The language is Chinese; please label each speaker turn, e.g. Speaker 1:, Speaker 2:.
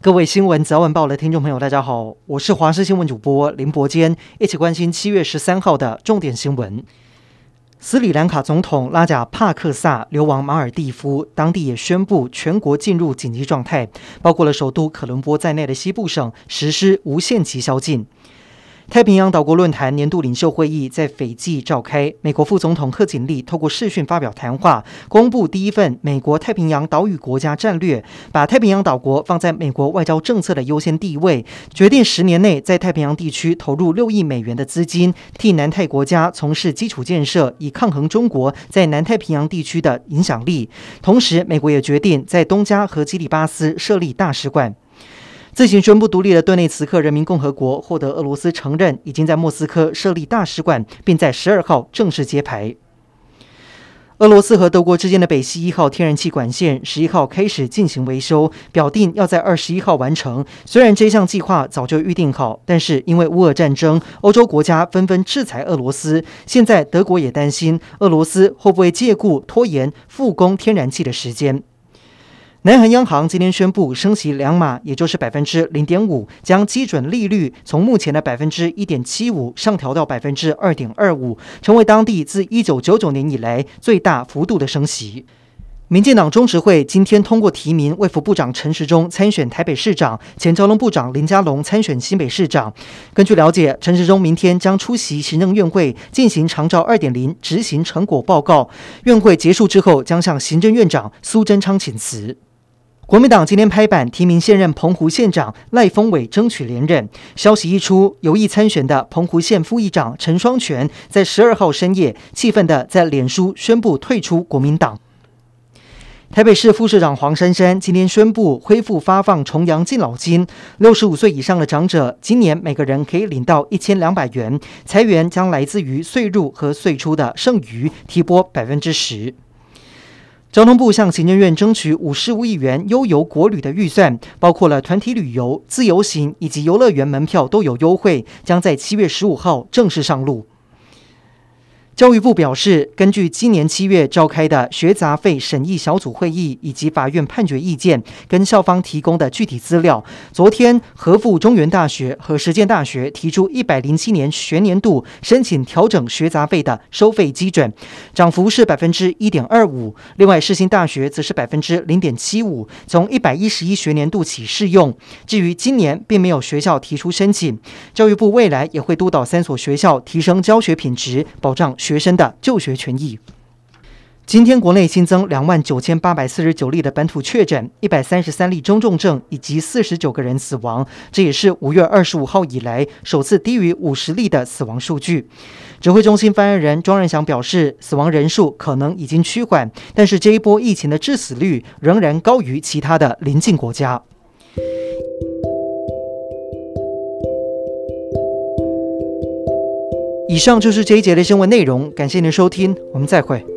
Speaker 1: 各位新闻早晚报的听众朋友，大家好，我是华视新闻主播林伯坚，一起关心7月13号的重点新闻。斯里兰卡总统拉贾帕克萨流亡马尔地夫，当地也宣布全国进入紧急状态，包括了首都科伦坡在内的西部省实施无限期宵禁。太平洋岛国论坛年度领袖会议在斐济召开，美国副总统贺锦丽透过视讯发表谈话，公布第一份美国太平洋岛屿国家战略，把太平洋岛国放在美国外交政策的优先地位，决定10年内在太平洋地区投入6亿美元的资金，替南太国家从事基础建设，以抗衡中国在南太平洋地区的影响力。同时，美国也决定在东加和基里巴斯设立大使馆。自行宣布独立的顿内茨克人民共和国获得俄罗斯承认，已经在莫斯科设立大使馆，并在12号正式揭牌。俄罗斯和德国之间的北溪1号天然气管线11号开始进行维修，表定要在21号完成。虽然这项计划早就预定好，但是因为乌俄战争，欧洲国家纷纷制裁俄罗斯。现在德国也担心俄罗斯会不会借故拖延复工天然气的时间。南韩央行今天宣布升息2码，也就是 0.5%， 将基准利率从目前的 1.75% 上调到 2.25%， 成为当地自1999年以来最大幅度的升息。民进党中执会今天通过提名卫福部长陈时中参选台北市长，前交通部长林佳龙参选新北市长。根据了解，陈时中明天将出席行政院会进行长照 2.0 执行成果报告，院会结束之后将向行政院长苏贞昌请辞。国民党今天拍板提名现任澎湖县长赖峰伟争取连任，消息一出，有意参选的澎湖县副议长陈双全在12号深夜气愤地在脸书宣布退出国民党。台北市副市长黄珊珊今天宣布恢复发放重阳敬老金，65岁以上的长者今年每个人可以领到1200元，财源将来自于岁入和岁出的剩余，提拨 10%。交通部向行政院争取55亿元悠游国旅的预算，包括了团体旅游、自由行以及游乐园门票都有优惠，将在7月15号正式上路。教育部表示，根据今年7月召开的学杂费审议小组会议以及法院判决意见跟校方提供的具体资料，昨天合附中原大学和实践大学提出107年学年度申请调整学杂费的收费基准，涨幅是 1.25%， 另外世新大学则是 0.75%， 从111学年度起适用。至于今年并没有学校提出申请，教育部未来也会督导3所学校提升教学品质，保障学生的就学权益。今天国内新增29,849例的本土确诊，133例中重症，以及49个人死亡，这也是5月25号以来首次低于50例的死亡数据。指挥中心发言人庄仁祥表示，死亡人数可能已经趋缓，但是这一波疫情的致死率仍然高于其他的邻近国家。以上就是这一节的新闻内容，感谢您的收听，我们再会。